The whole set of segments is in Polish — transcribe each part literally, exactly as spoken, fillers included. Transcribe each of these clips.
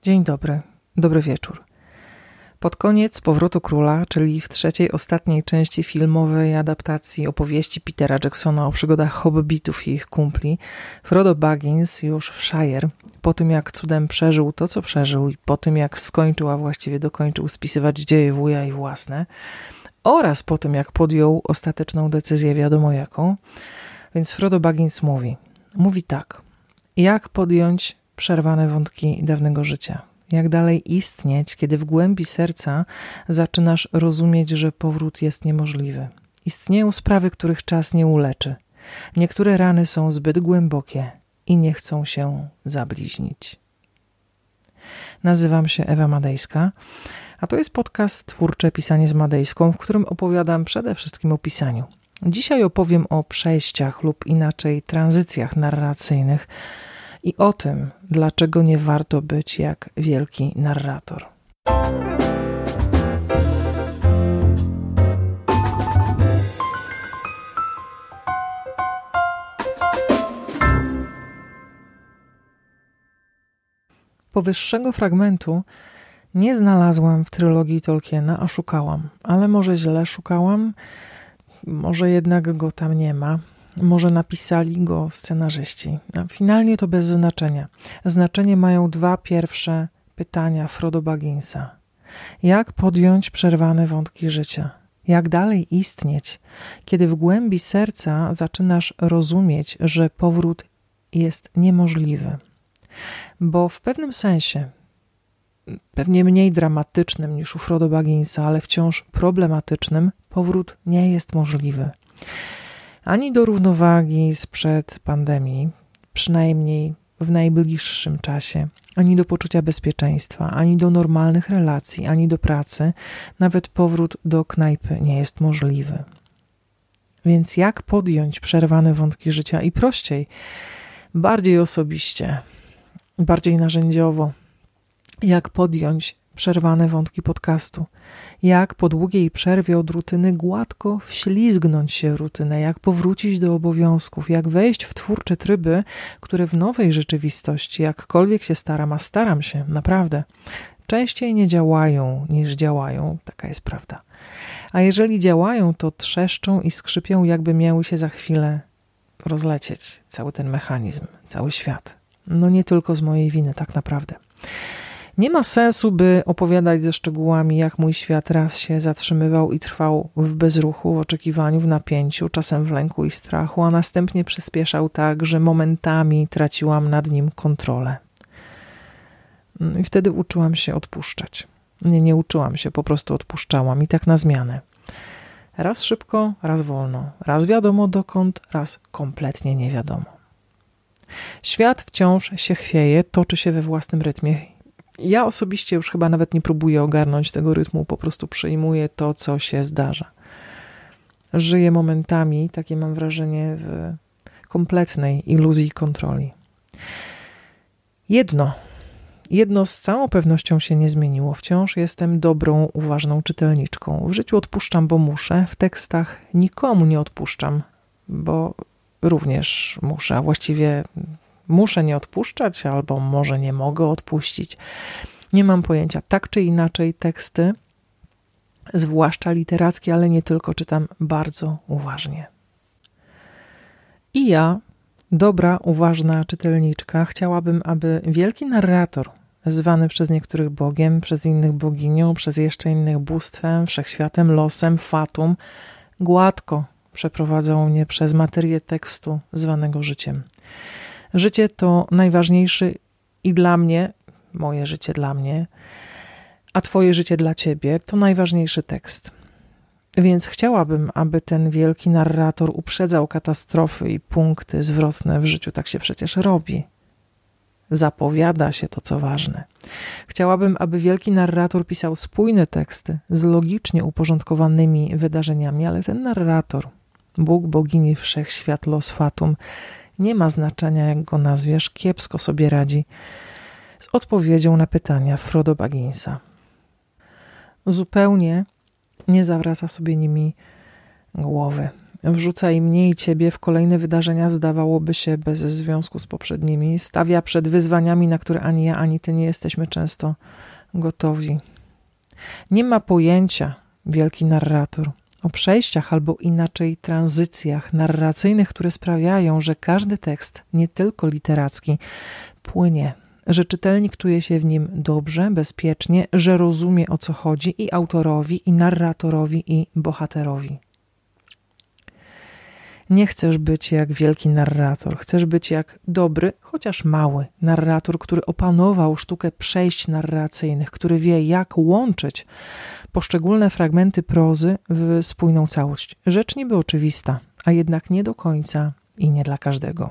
Dzień dobry, dobry wieczór. Pod koniec Powrotu Króla, czyli w trzeciej, ostatniej części filmowej adaptacji opowieści Petera Jacksona o przygodach hobbitów i ich kumpli, Frodo Baggins już w Shire, po tym jak cudem przeżył to, co przeżył i po tym jak skończył, a właściwie dokończył spisywać dzieje wuja i własne, oraz po tym jak podjął ostateczną decyzję wiadomo jaką, więc Frodo Baggins mówi, mówi tak, jak podjąć przerwane wątki dawnego życia. Jak dalej istnieć, kiedy w głębi serca zaczynasz rozumieć, że powrót jest niemożliwy. Istnieją sprawy, których czas nie uleczy. Niektóre rany są zbyt głębokie i nie chcą się zabliźnić. Nazywam się Ewa Madejska, a to jest podcast Twórcze Pisanie z Madejską, w którym opowiadam przede wszystkim o pisaniu. Dzisiaj opowiem o przejściach lub inaczej tranzycjach narracyjnych, i o tym, dlaczego nie warto być jak wielki narrator. Powyższego fragmentu nie znalazłam w trylogii Tolkiena, a szukałam. Ale może źle szukałam, może jednak go tam nie ma. Może napisali go scenarzyści. Finalnie to bez znaczenia. Znaczenie mają dwa pierwsze pytania Frodo Bagginsa. Jak podjąć przerwane wątki życia? Jak dalej istnieć, kiedy w głębi serca zaczynasz rozumieć, że powrót jest niemożliwy? Bo w pewnym sensie, pewnie mniej dramatycznym niż u Frodo Bagginsa, ale wciąż problematycznym, powrót nie jest możliwy. Ani do równowagi sprzed pandemii, przynajmniej w najbliższym czasie, ani do poczucia bezpieczeństwa, ani do normalnych relacji, ani do pracy, nawet powrót do knajpy nie jest możliwy. Więc jak podjąć przerwane wątki życia i prościej, bardziej osobiście, bardziej narzędziowo, jak podjąć przerwane wątki podcastu, jak po długiej przerwie od rutyny gładko wślizgnąć się w rutynę, jak powrócić do obowiązków, jak wejść w twórcze tryby, które w nowej rzeczywistości, jakkolwiek się staram, a staram się, naprawdę, częściej nie działają niż działają, taka jest prawda. A jeżeli działają, to trzeszczą i skrzypią, jakby miały się za chwilę rozlecieć cały ten mechanizm, cały świat. No nie tylko z mojej winy, tak naprawdę. Nie ma sensu, by opowiadać ze szczegółami, jak mój świat raz się zatrzymywał i trwał w bezruchu, w oczekiwaniu, w napięciu, czasem w lęku i strachu, a następnie przyspieszał tak, że momentami traciłam nad nim kontrolę. I wtedy uczyłam się odpuszczać. Nie, nie uczyłam się, po prostu odpuszczałam i tak na zmianę. Raz szybko, raz wolno, raz wiadomo dokąd, raz kompletnie nie wiadomo. Świat wciąż się chwieje, toczy się we własnym rytmie. Ja osobiście już chyba nawet nie próbuję ogarnąć tego rytmu, po prostu przyjmuję to, co się zdarza. Żyję momentami, takie mam wrażenie, w kompletnej iluzji kontroli. Jedno, jedno z całą pewnością się nie zmieniło. Wciąż jestem dobrą, uważną czytelniczką. W życiu odpuszczam, bo muszę. W tekstach nikomu nie odpuszczam, bo również muszę, a właściwie muszę nie odpuszczać, albo może nie mogę odpuścić. Nie mam pojęcia. Tak czy inaczej teksty, zwłaszcza literackie, ale nie tylko, czytam bardzo uważnie. I ja, dobra, uważna czytelniczka, chciałabym, aby wielki narrator, zwany przez niektórych Bogiem, przez innych boginią, przez jeszcze innych bóstwem, wszechświatem, losem, fatum, gładko przeprowadzał mnie przez materię tekstu zwanego życiem. Życie to najważniejszy i dla mnie, moje życie dla mnie, a twoje życie dla ciebie to najważniejszy tekst. Więc chciałabym, aby ten wielki narrator uprzedzał katastrofy i punkty zwrotne w życiu. Tak się przecież robi. Zapowiada się to, co ważne. Chciałabym, aby wielki narrator pisał spójne teksty z logicznie uporządkowanymi wydarzeniami, ale ten narrator, Bóg, bogini, wszechświat, los, fatum, nie ma znaczenia, jak go nazwiesz, kiepsko sobie radzi z odpowiedzią na pytania Frodo Bagginsa. Zupełnie nie zawraca sobie nimi głowy. wrzuca im mnie i ciebie w kolejne wydarzenia, zdawałoby się bez związku z poprzednimi, stawia przed wyzwaniami, na które ani ja, ani ty nie jesteśmy często gotowi. Nie ma pojęcia, wielki narrator, o przejściach albo inaczej tranzycjach narracyjnych, które sprawiają, że każdy tekst, nie tylko literacki, płynie, że czytelnik czuje się w nim dobrze, bezpiecznie, że rozumie, o co chodzi i autorowi, i narratorowi, i bohaterowi. Nie chcesz być jak wielki narrator, chcesz być jak dobry, chociaż mały narrator, który opanował sztukę przejść narracyjnych, który wie, jak łączyć poszczególne fragmenty prozy w spójną całość. Rzecz niby oczywista, a jednak nie do końca i nie dla każdego.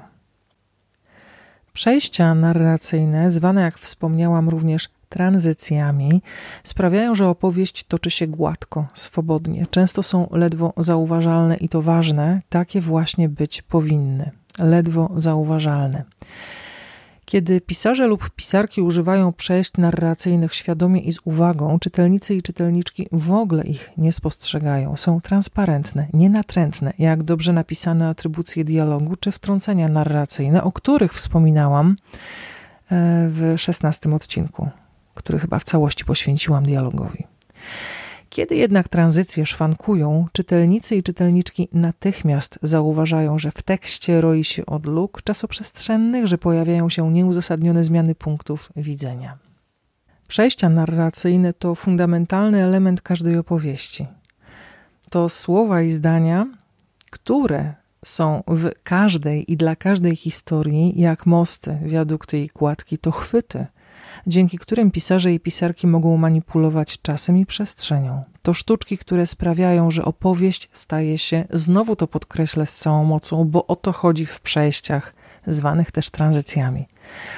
Przejścia narracyjne, zwane jak wspomniałam również tranzycjami, sprawiają, że opowieść toczy się gładko, swobodnie. Często są ledwo zauważalne i to ważne, takie właśnie być powinny. Ledwo zauważalne. Kiedy pisarze lub pisarki używają przejść narracyjnych świadomie i z uwagą, czytelnicy i czytelniczki w ogóle ich nie spostrzegają. Są transparentne, nienatrętne, jak dobrze napisane atrybucje dialogu czy wtrącenia narracyjne, o których wspominałam w szesnastym odcinku, który chyba w całości poświęciłam dialogowi. Kiedy jednak tranzycje szwankują, czytelnicy i czytelniczki natychmiast zauważają, że w tekście roi się od luk czasoprzestrzennych, że pojawiają się nieuzasadnione zmiany punktów widzenia. Przejścia narracyjne to fundamentalny element każdej opowieści. To słowa i zdania, które są w każdej i dla każdej historii jak mosty, wiadukty i kładki, to chwyty, dzięki którym pisarze i pisarki mogą manipulować czasem i przestrzenią. To sztuczki, które sprawiają, że opowieść staje się, znowu to podkreślę z całą mocą, bo o to chodzi w przejściach, zwanych też tranzycjami,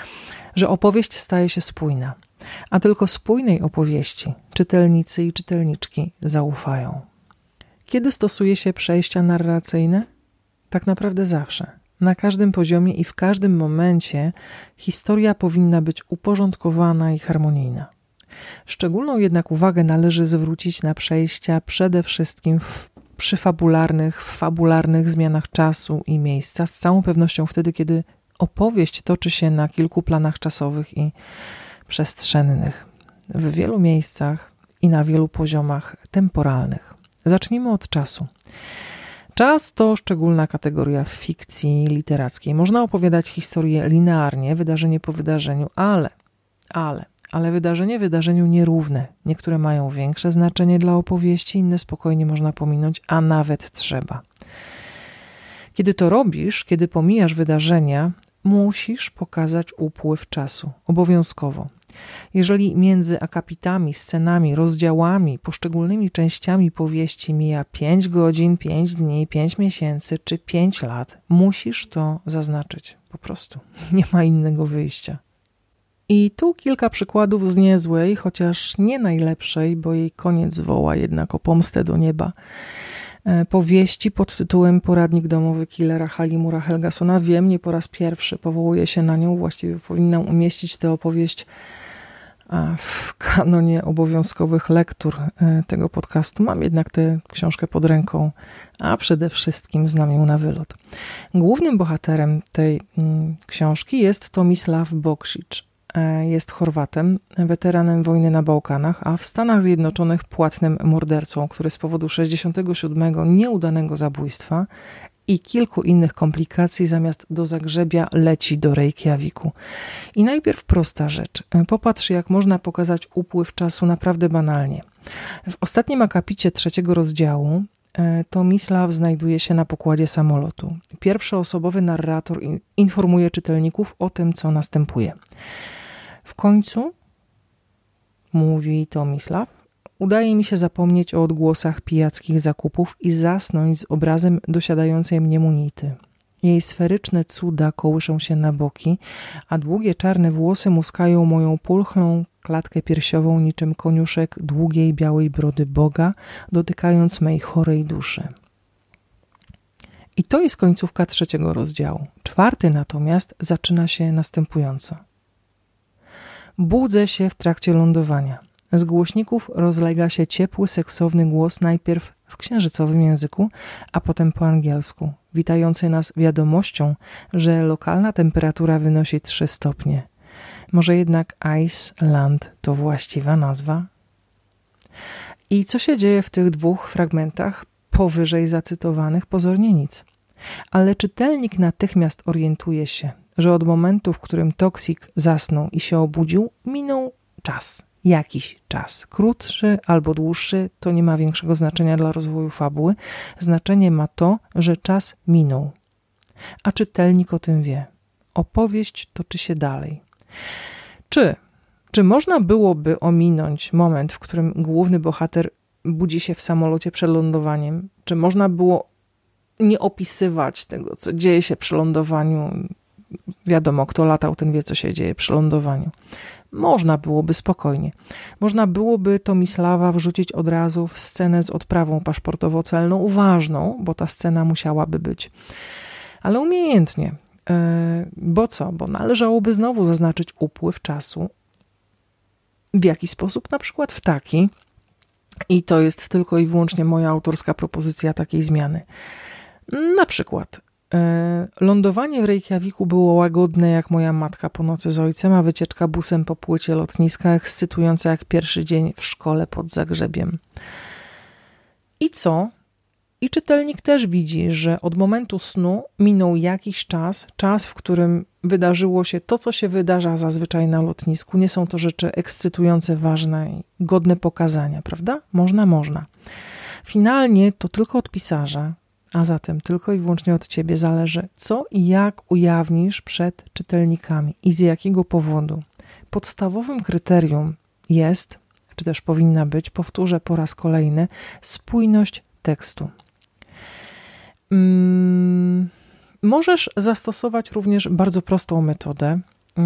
że opowieść staje się spójna, a tylko spójnej opowieści czytelnicy i czytelniczki zaufają. Kiedy stosuje się przejścia narracyjne? Tak naprawdę zawsze. Na każdym poziomie i w każdym momencie historia powinna być uporządkowana i harmonijna. Szczególną jednak uwagę należy zwrócić na przejścia przede wszystkim w przyfabularnych, w fabularnych zmianach czasu i miejsca, z całą pewnością wtedy, kiedy opowieść toczy się na kilku planach czasowych i przestrzennych, w wielu miejscach i na wielu poziomach temporalnych. Zacznijmy od czasu. Czas to szczególna kategoria w fikcji literackiej. Można opowiadać historię linearnie, wydarzenie po wydarzeniu, ale, ale, ale wydarzenie wydarzeniu nierówne. Niektóre mają większe znaczenie dla opowieści, inne spokojnie można pominąć, a nawet trzeba. Kiedy to robisz, kiedy pomijasz wydarzenia, musisz pokazać upływ czasu, obowiązkowo. Jeżeli między akapitami, scenami, rozdziałami, poszczególnymi częściami powieści mija pięć godzin, pięć dni, pięć miesięcy czy pięć lat, musisz to zaznaczyć. Po prostu. Nie ma innego wyjścia. I tu kilka przykładów z niezłej, chociaż nie najlepszej, bo jej koniec woła jednak o pomstę do nieba, powieści pod tytułem Poradnik domowy killera Halimura Helgasona. Wiem, nie po raz pierwszy powołuję się na nią. Właściwie powinnam umieścić tę opowieść w kanonie obowiązkowych lektur tego podcastu. Mam jednak tę książkę pod ręką, a przede wszystkim znam ją na wylot. Głównym bohaterem tej książki jest Tomisław Boksic. Jest Chorwatem, weteranem wojny na Bałkanach, a w Stanach Zjednoczonych płatnym mordercą, który z powodu sześćdziesiątego siódmego nieudanego zabójstwa i kilku innych komplikacji zamiast do Zagrzebia leci do Reykjaviku. I najpierw prosta rzecz. Popatrz, jak można pokazać upływ czasu naprawdę banalnie. W ostatnim akapicie trzeciego rozdziału Tomisław znajduje się na pokładzie samolotu. Pierwszoosobowy narrator informuje czytelników o tym, co następuje. W końcu, mówi Tomisław, udaje mi się zapomnieć o odgłosach pijackich zakupów i zasnąć z obrazem dosiadającej mnie Munity. Jej sferyczne cuda kołyszą się na boki, a długie czarne włosy muskają moją pulchlą klatkę piersiową niczym koniuszek długiej białej brody Boga, dotykając mej chorej duszy. I to jest końcówka trzeciego rozdziału. Czwarty natomiast zaczyna się następująco. Budzę się w trakcie lądowania. Z głośników rozlega się ciepły, seksowny głos najpierw w księżycowym języku, a potem po angielsku, witający nas wiadomością, że lokalna temperatura wynosi trzy stopnie. Może jednak Iceland to właściwa nazwa? I co się dzieje w tych dwóch fragmentach powyżej zacytowanych? Pozornie nic. Ale czytelnik natychmiast orientuje się, że od momentu, w którym Toksik zasnął i się obudził, minął czas. Jakiś czas. Krótszy albo dłuższy, to nie ma większego znaczenia dla rozwoju fabuły. Znaczenie ma to, że czas minął. A czytelnik o tym wie. Opowieść toczy się dalej. Czy, czy można byłoby ominąć moment, w którym główny bohater budzi się w samolocie przed lądowaniem? Czy można było nie opisywać tego, co dzieje się przy lądowaniu? Wiadomo, kto latał, ten wie, co się dzieje przy lądowaniu. Można byłoby spokojnie. Można byłoby Tomislawa wrzucić od razu w scenę z odprawą paszportowo-celną, ważną, bo ta scena musiałaby być. Ale umiejętnie. Bo co? Bo należałoby znowu zaznaczyć upływ czasu. W jaki sposób? Na przykład w taki, i to jest tylko i wyłącznie moja autorska propozycja takiej zmiany. Na przykład lądowanie w Reykjaviku było łagodne jak moja matka po nocy z ojcem, a wycieczka busem po płycie lotniska ekscytująca jak pierwszy dzień w szkole pod Zagrzebiem. I co? I czytelnik też widzi, że od momentu snu minął jakiś czas, czas, w którym wydarzyło się to, co się wydarza zazwyczaj na lotnisku. Nie są to rzeczy ekscytujące, ważne i godne pokazania, prawda? Można, można. Finalnie to tylko od pisarza, a zatem tylko i wyłącznie od ciebie zależy, co i jak ujawnisz przed czytelnikami i z jakiego powodu. Podstawowym kryterium jest, czy też powinna być, powtórzę po raz kolejny, spójność tekstu. Hmm, możesz zastosować również bardzo prostą metodę. Yy,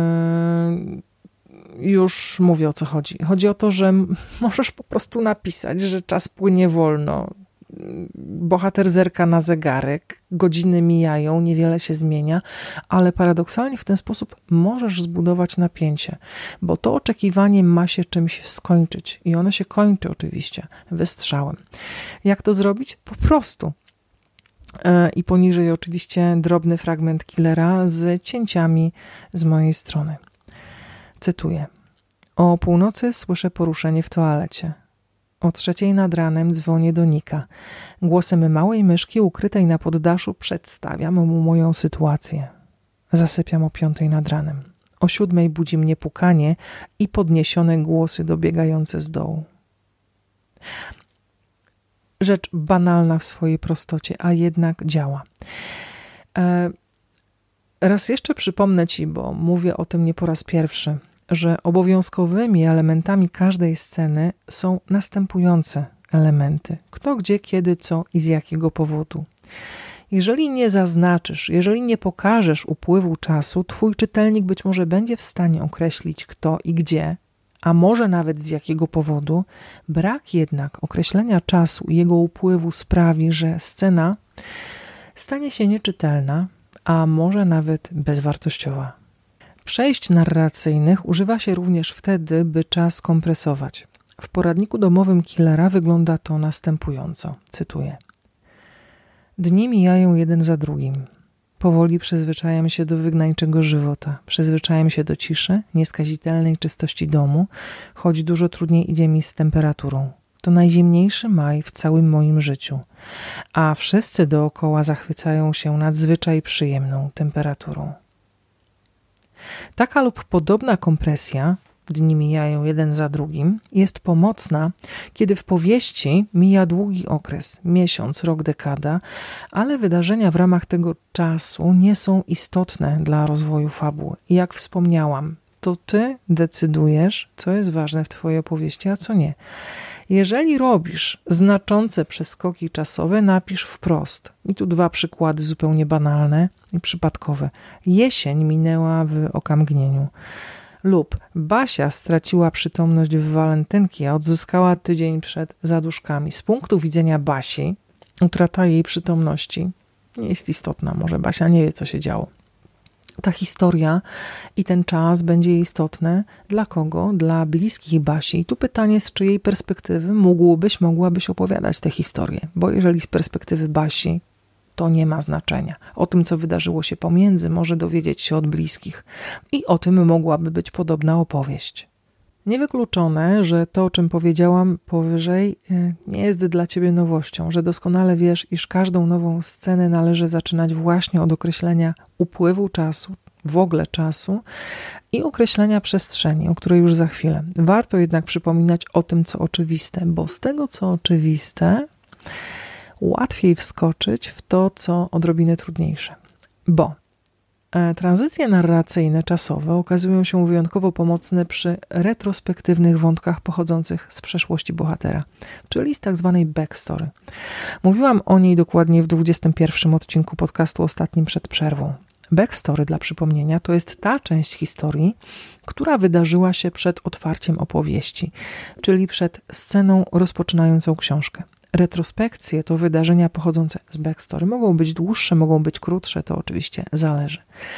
już mówię, o co chodzi. Chodzi o to, że możesz po prostu napisać, że czas płynie wolno. Bohater zerka na zegarek, godziny mijają, niewiele się zmienia, ale paradoksalnie w ten sposób możesz zbudować napięcie, bo to oczekiwanie ma się czymś skończyć i ono się kończy oczywiście wystrzałem. Jak to zrobić? Po prostu. I poniżej oczywiście drobny fragment killera z cięciami z mojej strony. Cytuję. O północy słyszę poruszenie w toalecie. O trzeciej nad ranem dzwonię do Nika. Głosem małej myszki ukrytej na poddaszu przedstawiam mu moją sytuację. Zasypiam o piątej nad ranem. O siódmej budzi mnie pukanie i podniesione głosy dobiegające z dołu. Rzecz banalna w swojej prostocie, a jednak działa. E, raz jeszcze przypomnę ci, bo mówię o tym nie po raz pierwszy, że obowiązkowymi elementami każdej sceny są następujące elementy. Kto, gdzie, kiedy, co i z jakiego powodu. Jeżeli nie zaznaczysz, jeżeli nie pokażesz upływu czasu, twój czytelnik być może będzie w stanie określić kto i gdzie, a może nawet z jakiego powodu. Brak jednak określenia czasu i jego upływu sprawi, że scena stanie się nieczytelna, a może nawet bezwartościowa. Przejść narracyjnych używa się również wtedy, by czas kompresować. W poradniku domowym killera wygląda to następująco. Cytuję. Dni mijają jeden za drugim. Powoli przyzwyczajam się do wygnańczego żywota. Przyzwyczajam się do ciszy, nieskazitelnej czystości domu, choć dużo trudniej idzie mi z temperaturą. To najzimniejszy maj w całym moim życiu, a wszyscy dookoła zachwycają się nadzwyczaj przyjemną temperaturą. Taka lub podobna kompresja, dni mijają jeden za drugim, jest pomocna, kiedy w powieści mija długi okres, miesiąc, rok, dekada, ale wydarzenia w ramach tego czasu nie są istotne dla rozwoju fabuły. I jak wspomniałam, to ty decydujesz, co jest ważne w twojej opowieści, a co nie. Jeżeli robisz znaczące przeskoki czasowe, napisz wprost. I tu dwa przykłady zupełnie banalne i przypadkowe. Jesień minęła w okamgnieniu. Lub Basia straciła przytomność w walentynki, a odzyskała tydzień przed zaduszkami. Z punktu widzenia Basi utrata jej przytomności nie jest istotna. Może Basia nie wie, co się działo. ta historia i ten czas będzie istotny dla kogo? Dla bliskich Basi. I tu pytanie, z czyjej perspektywy mógłbyś, mogłabyś opowiadać tę historię. Bo jeżeli z perspektywy Basi, to nie ma znaczenia. O tym, co wydarzyło się pomiędzy, może dowiedzieć się od bliskich. I o tym mogłaby być podobna opowieść. Niewykluczone, że to, o czym powiedziałam powyżej, nie jest dla ciebie nowością, że doskonale wiesz, iż każdą nową scenę należy zaczynać właśnie od określenia upływu czasu, w ogóle czasu i określenia przestrzeni, o której już za chwilę. Warto jednak przypominać o tym, co oczywiste, bo z tego, co oczywiste, łatwiej wskoczyć w to, co odrobinę trudniejsze. Bo tranzycje narracyjne czasowe okazują się wyjątkowo pomocne przy retrospektywnych wątkach pochodzących z przeszłości bohatera, czyli z tak zwanej backstory. Mówiłam o niej dokładnie w dwudziestym pierwszym odcinku podcastu ostatnim przed przerwą. Backstory, dla przypomnienia, to jest ta część historii, która wydarzyła się przed otwarciem opowieści, czyli przed sceną rozpoczynającą książkę. Retrospekcje to wydarzenia pochodzące z backstory. Mogą być dłuższe, mogą być krótsze, to oczywiście zależy.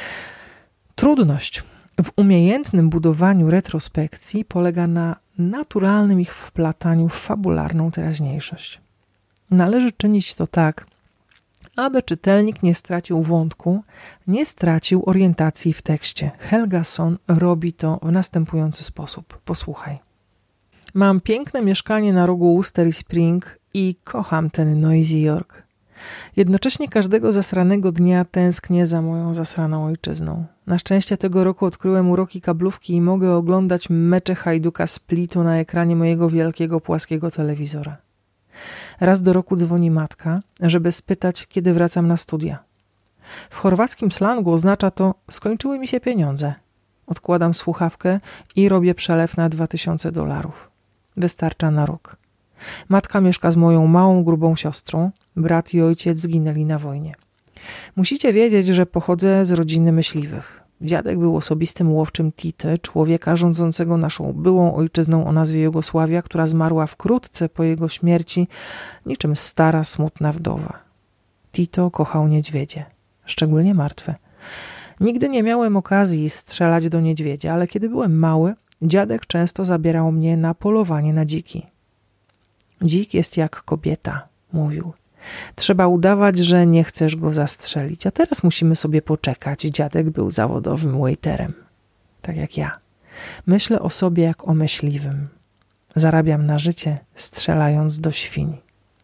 Trudność w umiejętnym budowaniu retrospekcji polega na naturalnym ich wplataniu w fabularną teraźniejszość. Należy czynić to tak, aby czytelnik nie stracił wątku, nie stracił orientacji w tekście. Helgason robi to w następujący sposób. Posłuchaj. Mam piękne mieszkanie na rogu Wooster i Spring i kocham ten Noisy York. Jednocześnie każdego zasranego dnia tęsknię za moją zasraną ojczyzną. Na szczęście tego roku odkryłem uroki kablówki i mogę oglądać mecze Hajduka Splitu na ekranie mojego wielkiego płaskiego telewizora. Raz do roku dzwoni matka, żeby spytać, kiedy wracam na studia. W chorwackim slangu oznacza to skończyły mi się pieniądze. Odkładam słuchawkę i robię przelew na dwa tysiące dolarów. Wystarcza na rok. Matka mieszka z moją małą, grubą siostrą. Brat i ojciec zginęli na wojnie. Musicie wiedzieć, że pochodzę z rodziny myśliwych. Dziadek był osobistym łowczym Tity, człowieka rządzącego naszą byłą ojczyzną o nazwie Jugosławia, która zmarła wkrótce po jego śmierci, niczym stara, smutna wdowa. Tito kochał niedźwiedzie, szczególnie martwe. Nigdy nie miałem okazji strzelać do niedźwiedzia, ale kiedy byłem mały, dziadek często zabierał mnie na polowanie na dziki. Dzik jest jak kobieta, mówił. Trzeba udawać, że nie chcesz go zastrzelić, a teraz musimy sobie poczekać. Dziadek był zawodowym waiterem, tak jak ja. Myślę o sobie jak o myśliwym. Zarabiam na życie, strzelając do świń.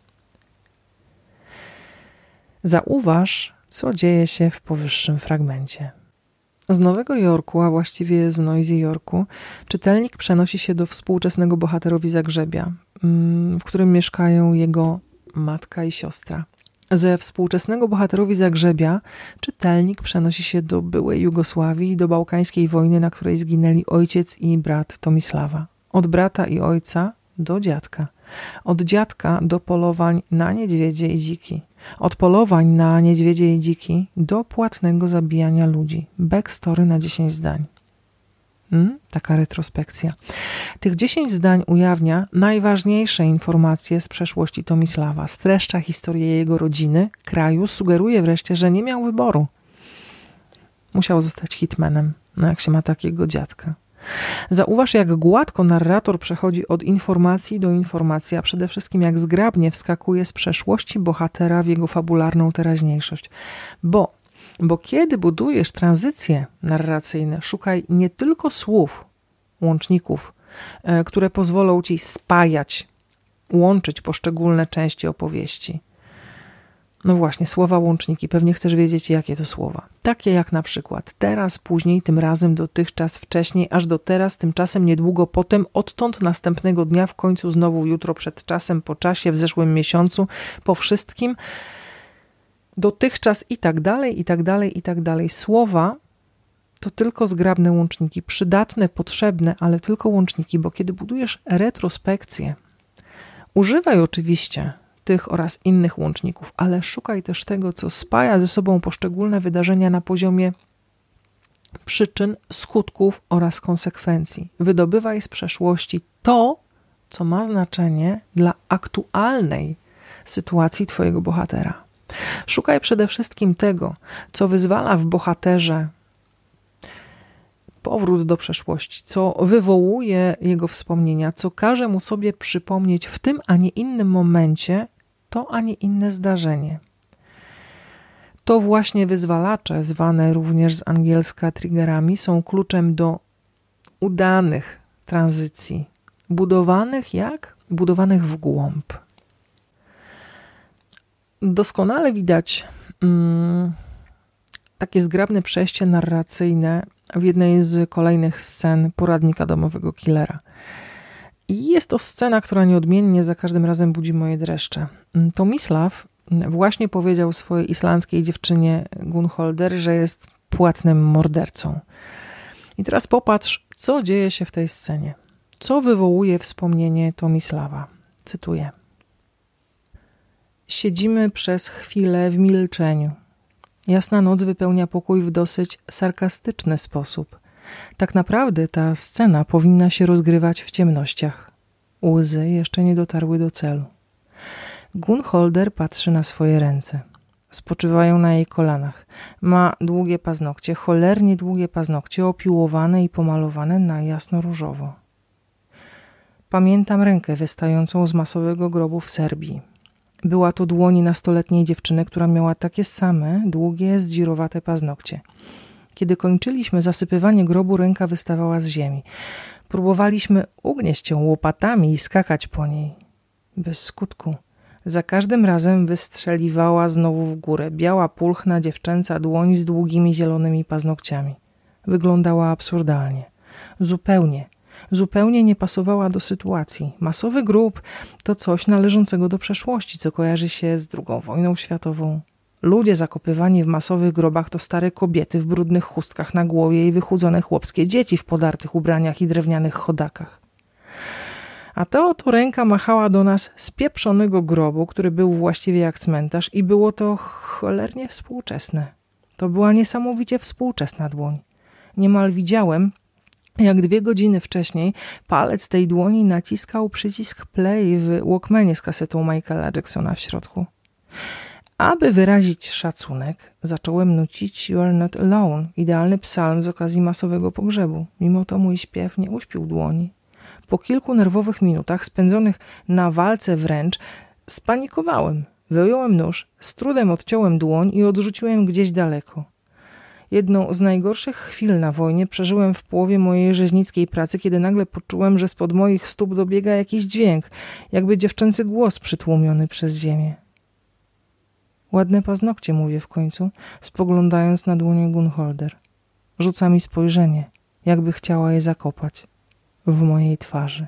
Zauważ, co dzieje się w powyższym fragmencie. Z Nowego Jorku, a właściwie z Noisy Yorku, czytelnik przenosi się do współczesnego bohaterowi Zagrzebia, w którym mieszkają jego matka i siostra. Ze współczesnego bohaterowi Zagrzebia czytelnik przenosi się do byłej Jugosławii i do bałkańskiej wojny, na której zginęli ojciec i brat Tomisława. Od brata i ojca do dziadka. Od dziadka do polowań na niedźwiedzie i dziki. Od polowań na niedźwiedzie i dziki do płatnego zabijania ludzi. Backstory na dziesięć zdań. Hmm? Taka retrospekcja. Tych dziesięć zdań ujawnia najważniejsze informacje z przeszłości Tomisława. Streszcza historię jego rodziny, kraju, sugeruje wreszcie, że nie miał wyboru. Musiał zostać hitmanem, no jak się ma takiego dziadka. Zauważ, jak gładko narrator przechodzi od informacji do informacji, a przede wszystkim jak zgrabnie wskakuje z przeszłości bohatera w jego fabularną teraźniejszość. Bo, bo kiedy budujesz tranzycje narracyjne, szukaj nie tylko słów, łączników, e, które pozwolą ci spajać, łączyć poszczególne części opowieści. No właśnie, słowa łączniki. Pewnie chcesz wiedzieć, jakie to słowa. Takie jak na przykład teraz, później, tym razem, dotychczas, wcześniej, aż do teraz, tymczasem, niedługo potem, odtąd, następnego dnia, w końcu, znowu, jutro, przed czasem, po czasie, w zeszłym miesiącu, po wszystkim, dotychczas i tak dalej, i tak dalej, i tak dalej. Słowa to tylko zgrabne łączniki, przydatne, potrzebne, ale tylko łączniki, bo kiedy budujesz retrospekcję, używaj oczywiście tych oraz innych łączników, ale szukaj też tego, co spaja ze sobą poszczególne wydarzenia na poziomie przyczyn, skutków oraz konsekwencji. Wydobywaj z przeszłości to, co ma znaczenie dla aktualnej sytuacji twojego bohatera. Szukaj przede wszystkim tego, co wyzwala w bohaterze powrót do przeszłości, co wywołuje jego wspomnienia, co każe mu sobie przypomnieć w tym, a nie innym momencie to, a nie inne zdarzenie. To właśnie wyzwalacze, zwane również z angielska triggerami, są kluczem do udanych tranzycji, budowanych jak? Budowanych w głąb. Doskonale widać mm, takie zgrabne przejście narracyjne w jednej z kolejnych scen poradnika domowego killera. I jest to scena, która nieodmiennie za każdym razem budzi moje dreszcze. Tomislav właśnie powiedział swojej islandzkiej dziewczynie Gunnholder, że jest płatnym mordercą. I teraz popatrz, co dzieje się w tej scenie. Co wywołuje wspomnienie Tomislava. Cytuję. Siedzimy przez chwilę w milczeniu. Jasna noc wypełnia pokój w dosyć sarkastyczny sposób. Tak naprawdę ta scena powinna się rozgrywać w ciemnościach. Łzy jeszcze nie dotarły do celu. Gunnholder patrzy na swoje ręce. Spoczywają na jej kolanach. Ma długie paznokcie, cholernie długie paznokcie, opiłowane i pomalowane na jasno-różowo. Pamiętam rękę wystającą z masowego grobu w Serbii. Była to dłoń nastoletniej dziewczyny, która miała takie same, długie, zdzirowate paznokcie. Kiedy kończyliśmy zasypywanie grobu, ręka wystawała z ziemi. Próbowaliśmy ugnieść ją łopatami i skakać po niej. Bez skutku. Za każdym razem wystrzeliwała znowu w górę. Biała, pulchna, dziewczęca dłoń z długimi, zielonymi paznokciami. Wyglądała absurdalnie. Zupełnie, zupełnie nie pasowała do sytuacji. Masowy grób to coś należącego do przeszłości, co kojarzy się z drugą wojną światową. Ludzie zakopywani w masowych grobach to stare kobiety w brudnych chustkach na głowie i wychudzone chłopskie dzieci w podartych ubraniach i drewnianych chodakach. A ta oto ręka machała do nas z pieprzonego grobu, który był właściwie jak cmentarz i było to cholernie współczesne. To była niesamowicie współczesna dłoń. Niemal widziałem, jak dwie godziny wcześniej palec tej dłoni naciskał przycisk play w Walkmanie z kasetą Michaela Jacksona w środku. Aby wyrazić szacunek, zacząłem nucić You Are Not Alone, idealny psalm z okazji masowego pogrzebu. Mimo to mój śpiew nie uśpił dłoni. Po kilku nerwowych minutach spędzonych na walce wręcz spanikowałem. Wyjąłem nóż, z trudem odciąłem dłoń i odrzuciłem gdzieś daleko. Jedną z najgorszych chwil na wojnie przeżyłem w połowie mojej rzeźnickiej pracy, kiedy nagle poczułem, że spod moich stóp dobiega jakiś dźwięk, jakby dziewczęcy głos przytłumiony przez ziemię. Ładne paznokcie, mówię w końcu, spoglądając na dłonie Gunnholder. Rzuca mi spojrzenie, jakby chciała je zakopać w mojej twarzy.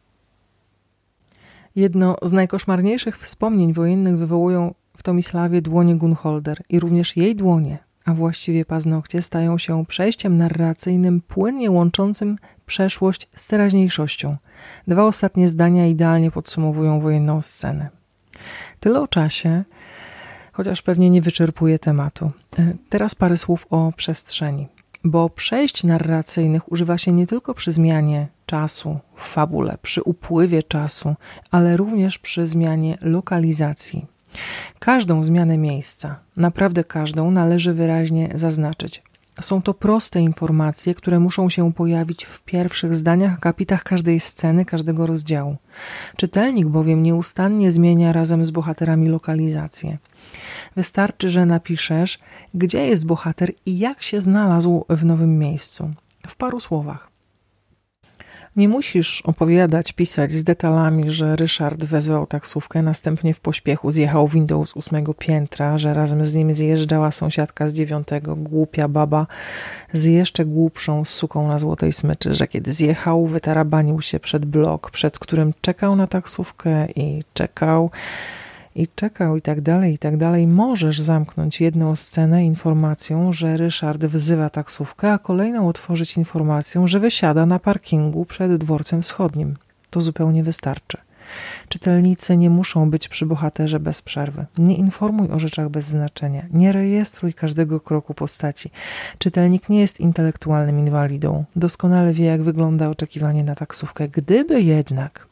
Jedno z najkoszmarniejszych wspomnień wojennych wywołują w Tomislawie dłonie Gunnholder i również jej dłonie, a właściwie paznokcie, stają się przejściem narracyjnym płynnie łączącym przeszłość z teraźniejszością. Dwa ostatnie zdania idealnie podsumowują wojenną scenę. Tyle o czasie, chociaż pewnie nie wyczerpuje tematu. Teraz parę słów o przestrzeni, bo przejść narracyjnych używa się nie tylko przy zmianie czasu w fabule, przy upływie czasu, ale również przy zmianie lokalizacji. Każdą zmianę miejsca, naprawdę każdą, należy wyraźnie zaznaczyć. Są to proste informacje, które muszą się pojawić w pierwszych zdaniach, akapitach każdej sceny, każdego rozdziału. Czytelnik bowiem nieustannie zmienia razem z bohaterami lokalizację. Wystarczy, że napiszesz, gdzie jest bohater i jak się znalazł w nowym miejscu. W paru słowach. Nie musisz opowiadać, pisać z detalami, że Ryszard wezwał taksówkę, następnie w pośpiechu zjechał windą z ósmego piętra, że razem z nim zjeżdżała sąsiadka z dziewiątego, głupia baba z jeszcze głupszą suką na złotej smyczy, że kiedy zjechał, wytarabanił się przed blok, przed którym czekał na taksówkę i czekał i czekał i tak dalej, i tak dalej. Możesz zamknąć jedną scenę informacją, że Ryszard wzywa taksówkę, a kolejną otworzyć informacją, że wysiada na parkingu przed dworcem wschodnim. To zupełnie wystarczy. Czytelnicy nie muszą być przy bohaterze bez przerwy. Nie informuj o rzeczach bez znaczenia. Nie rejestruj każdego kroku postaci. Czytelnik nie jest intelektualnym inwalidą. Doskonale wie, jak wygląda oczekiwanie na taksówkę. Gdyby jednak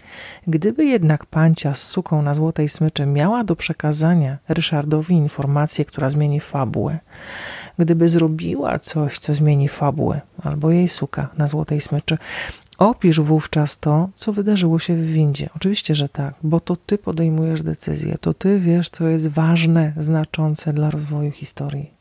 Gdyby jednak pancia z suką na złotej smyczy miała do przekazania Ryszardowi informację, która zmieni fabułę, gdyby zrobiła coś, co zmieni fabułę, albo jej suka na złotej smyczy, opisz wówczas to, co wydarzyło się w windzie. Oczywiście, że tak, bo to ty podejmujesz decyzję, to ty wiesz, co jest ważne, znaczące dla rozwoju historii.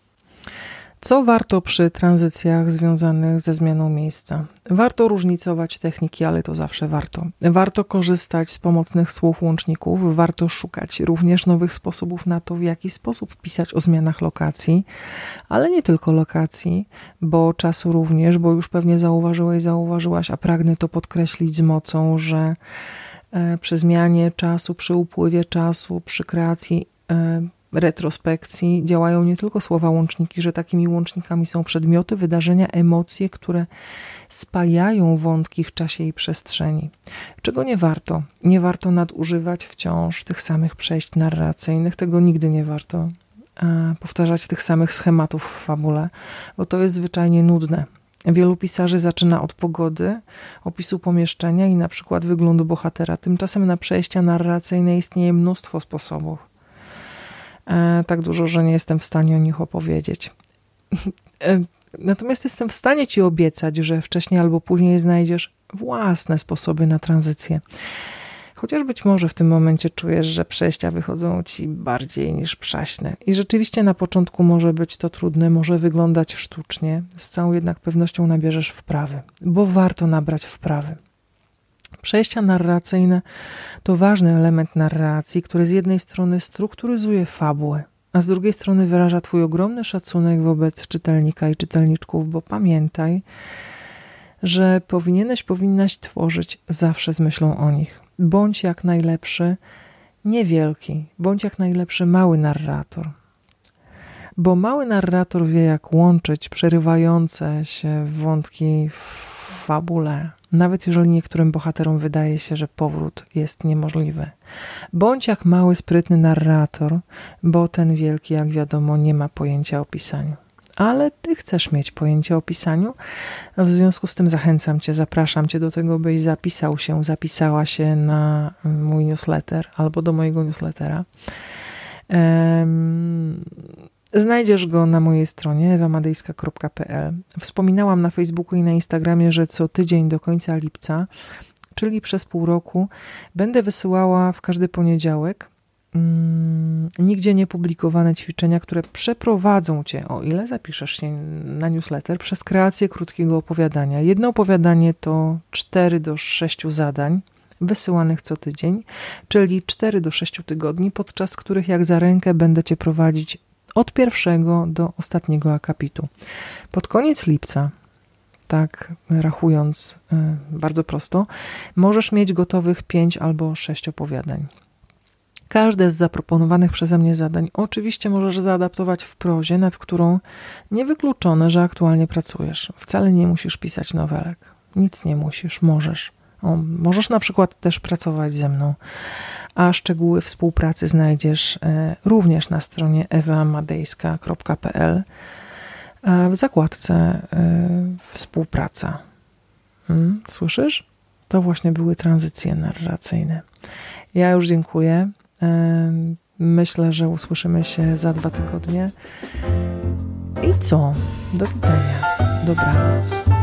Co warto przy tranzycjach związanych ze zmianą miejsca? Warto różnicować techniki, ale to zawsze warto. Warto korzystać z pomocnych słów łączników, warto szukać również nowych sposobów na to, w jaki sposób pisać o zmianach lokacji, ale nie tylko lokacji, bo czasu również, bo już pewnie zauważyłeś, zauważyłaś, a pragnę to podkreślić z mocą, że przy zmianie czasu, przy upływie czasu, przy kreacji retrospekcji działają nie tylko słowa łączniki, że takimi łącznikami są przedmioty, wydarzenia, emocje, które spajają wątki w czasie i przestrzeni. Czego nie warto? Nie warto nadużywać wciąż tych samych przejść narracyjnych, tego nigdy nie warto powtarzać tych samych schematów w fabule, bo to jest zwyczajnie nudne. Wielu pisarzy zaczyna od pogody, opisu pomieszczenia i na przykład wyglądu bohatera. Tymczasem na przejścia narracyjne istnieje mnóstwo sposobów. Tak dużo, że nie jestem w stanie o nich opowiedzieć. Natomiast jestem w stanie ci obiecać, że wcześniej albo później znajdziesz własne sposoby na tranzycję. Chociaż być może w tym momencie czujesz, że przejścia wychodzą ci bardziej niż przaśne. I rzeczywiście na początku może być to trudne, może wyglądać sztucznie. Z całą jednak pewnością nabierzesz wprawy, bo warto nabrać wprawy. Przejścia narracyjne to ważny element narracji, który z jednej strony strukturyzuje fabułę, a z drugiej strony wyraża twój ogromny szacunek wobec czytelnika i czytelniczków, bo pamiętaj, że powinieneś, powinnaś tworzyć zawsze z myślą o nich. Bądź jak najlepszy, niewielki, bądź jak najlepszy mały narrator. Bo mały narrator wie, jak łączyć przerywające się wątki w fabule, nawet jeżeli niektórym bohaterom wydaje się, że powrót jest niemożliwy. Bądź jak mały, sprytny narrator, bo ten wielki, jak wiadomo, nie ma pojęcia o pisaniu. Ale ty chcesz mieć pojęcie o pisaniu, w związku z tym zachęcam cię, zapraszam cię do tego, byś zapisał się, zapisała się na mój newsletter albo do mojego newslettera. Um, Znajdziesz go na mojej stronie ewa madejska kropka p l. Wspominałam na Facebooku i na Instagramie, że co tydzień do końca lipca, czyli przez pół roku, będę wysyłała w każdy poniedziałek mm, nigdzie niepublikowane ćwiczenia, które przeprowadzą cię, o ile zapiszesz się na newsletter, przez kreację krótkiego opowiadania. Jedno opowiadanie to cztery do sześciu zadań wysyłanych co tydzień, czyli cztery do sześciu tygodni, podczas których jak za rękę będę cię prowadzić od pierwszego do ostatniego akapitu. Pod koniec lipca, tak rachując y, bardzo prosto, możesz mieć gotowych pięć albo sześć opowiadań. Każde z zaproponowanych przeze mnie zadań oczywiście możesz zaadaptować w prozie, nad którą niewykluczone, że aktualnie pracujesz. Wcale nie musisz pisać nowelek. Nic nie musisz, możesz. O, możesz na przykład też pracować ze mną, a szczegóły współpracy znajdziesz e, również na stronie ewa madejska kropka p l w zakładce e, współpraca. Hmm, słyszysz? To właśnie były tranzycje narracyjne. Ja już dziękuję. E, myślę, że usłyszymy się za dwa tygodnie. I co? Do widzenia. Dobranoc.